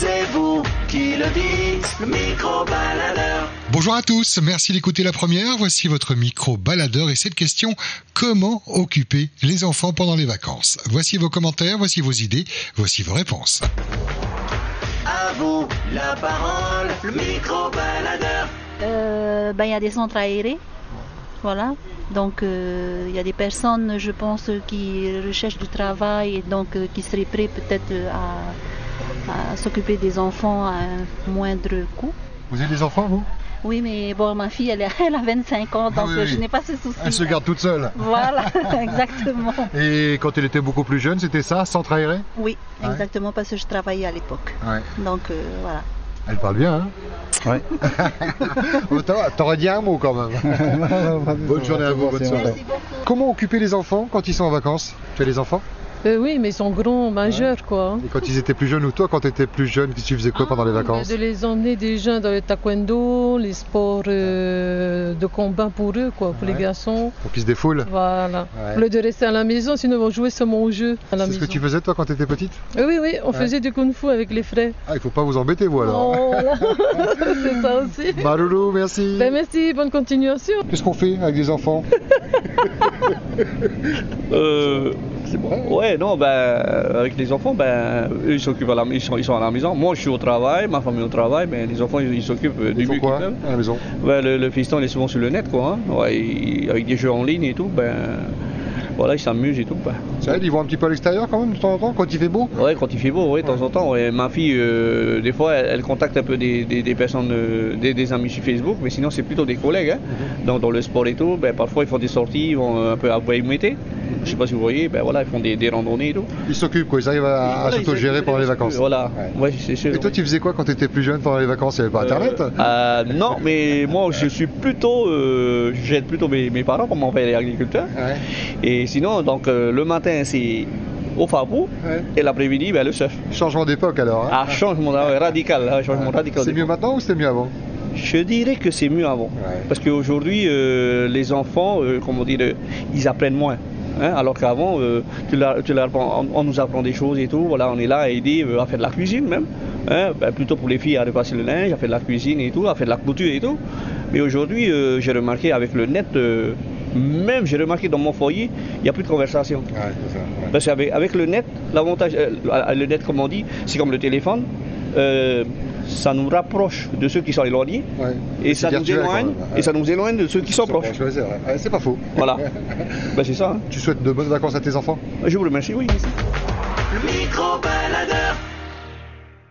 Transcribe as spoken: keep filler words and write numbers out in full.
c'est vous qui le dites, le micro-baladeur. Bonjour à tous, merci d'écouter la première. Voici votre micro-baladeur et cette question: comment occuper les enfants pendant les vacances? Voici vos commentaires, voici vos idées, voici vos réponses. À vous la parole, le micro-baladeur. Euh, ben, y a des centres aérés, voilà. Donc, euh, il y a des personnes, je pense, qui recherchent du travail et donc euh, qui seraient prêts peut-être à, à s'occuper des enfants à un moindre coût. Vous avez des enfants, vous? Oui, mais bon, ma fille, elle, elle a vingt-cinq ans, donc ah, oui, je oui. n'ai pas ce souci. Elle se garde toute seule. Voilà, exactement. Et quand elle était beaucoup plus jeune, c'était ça, centre aéré? Oui, ouais. Exactement, parce que je travaillais à l'époque. Ouais. Donc, euh, voilà. Elle parle bien, hein? Ouais. T'aurais dit un mot quand même. Bonne journée à vous, bonne soirée. Comment occuper les enfants quand ils sont en vacances? Tu as des enfants? Euh, oui, mais ils sont grands, majeurs, ouais. Quoi. Et quand ils étaient plus jeunes, ou toi, quand tu étais plus jeune, tu faisais quoi ah, pendant les vacances? De les emmener déjà dans le taekwondo, les sports euh, de combat pour eux, quoi, pour ouais. les garçons. Pour qu'ils se défoulent? Voilà. Ouais. Au lieu de rester à la maison, sinon ils vont jouer seulement au jeu à la maison. C'est ce que tu faisais, toi, quand tu étais petite? euh, Oui, oui, on ouais. faisait du kung-fu avec les frères. Ah, il faut pas vous embêter, vous, alors. Oh, voilà. C'est ça aussi. Maroulou, merci. Ben, merci, bonne continuation. Qu'est-ce qu'on fait avec des enfants? euh... C'est bon. Ouais, non, ben, avec les enfants, ben, eux, ils s'occupent à la, ils sont, ils sont à la maison. Moi, je suis au travail, ma famille au travail, mais les enfants, ils, ils s'occupent du mieux qu'ils peuvent. À la maison? Ben, le, le fiston, il est souvent sur le net, quoi. Hein. Ouais, il, avec des jeux en ligne et tout, ben, voilà, ils s'amusent et tout. Ben. Ça aide, ils vont un petit peu à l'extérieur quand même, de temps en temps, quand il fait beau? Ouais, quand il fait beau, oui, de ouais. temps en temps. Ouais. Ma fille, euh, des fois, elle, elle contacte un peu des, des, des personnes, euh, des, des amis sur Facebook, mais sinon, c'est plutôt des collègues. Hein. Mm-hmm. Donc, dans le sport et tout, ben, parfois, ils font des sorties, ils vont un peu à Bois-Mété. Je sais pas si vous voyez, ben voilà, ils font des, des randonnées et tout. Ils s'occupent, quoi, ils arrivent à, à s'autogérer pendant les vacances. Voilà, ouais. Ouais, c'est sûr. Et toi, tu faisais quoi quand tu étais plus jeune pendant les vacances? Il n'y avait pas Internet? euh, euh, Non, mais moi, je suis plutôt, euh, j'aide plutôt mes, mes parents, comme mon père est agriculteur. Ouais. Et sinon, donc, euh, le matin, c'est au fabou, ouais. Et l'après-midi, ben, le surf. Changement d'époque alors? Hein? Ah, changement ouais, radical, hein, changement ouais. radical. C'est mieux maintenant ou c'était mieux avant? Je dirais que c'est mieux avant. Ouais. Parce qu'aujourd'hui, euh, les enfants, euh, comment dire, euh, ils apprennent moins. Hein, alors qu'avant, euh, tu leur, tu leur apprends, on, on nous apprend des choses et tout. Voilà, on est là à aider euh, à faire de la cuisine même. Hein, ben, plutôt pour les filles à repasser le linge, à faire de la cuisine et tout, à faire de la couture et tout. Mais aujourd'hui, euh, j'ai remarqué avec le net, euh, même j'ai remarqué dans mon foyer, il n'y a plus de conversation. Ouais, c'est ça, ouais. Parce qu'avec avec le net, l'avantage, euh, le net comme on dit, c'est comme le téléphone. Euh, ça nous rapproche de ceux qui sont éloignés, ouais. et, ça nous éloigne, ouais. et ça nous éloigne de ceux qui sont proches. Ouais, c'est, ouais. C'est pas faux. Voilà. Ben, c'est ça. Hein. Tu souhaites de bonnes vacances à tes enfants? Je vous remercie, oui. Le micro-baladeur.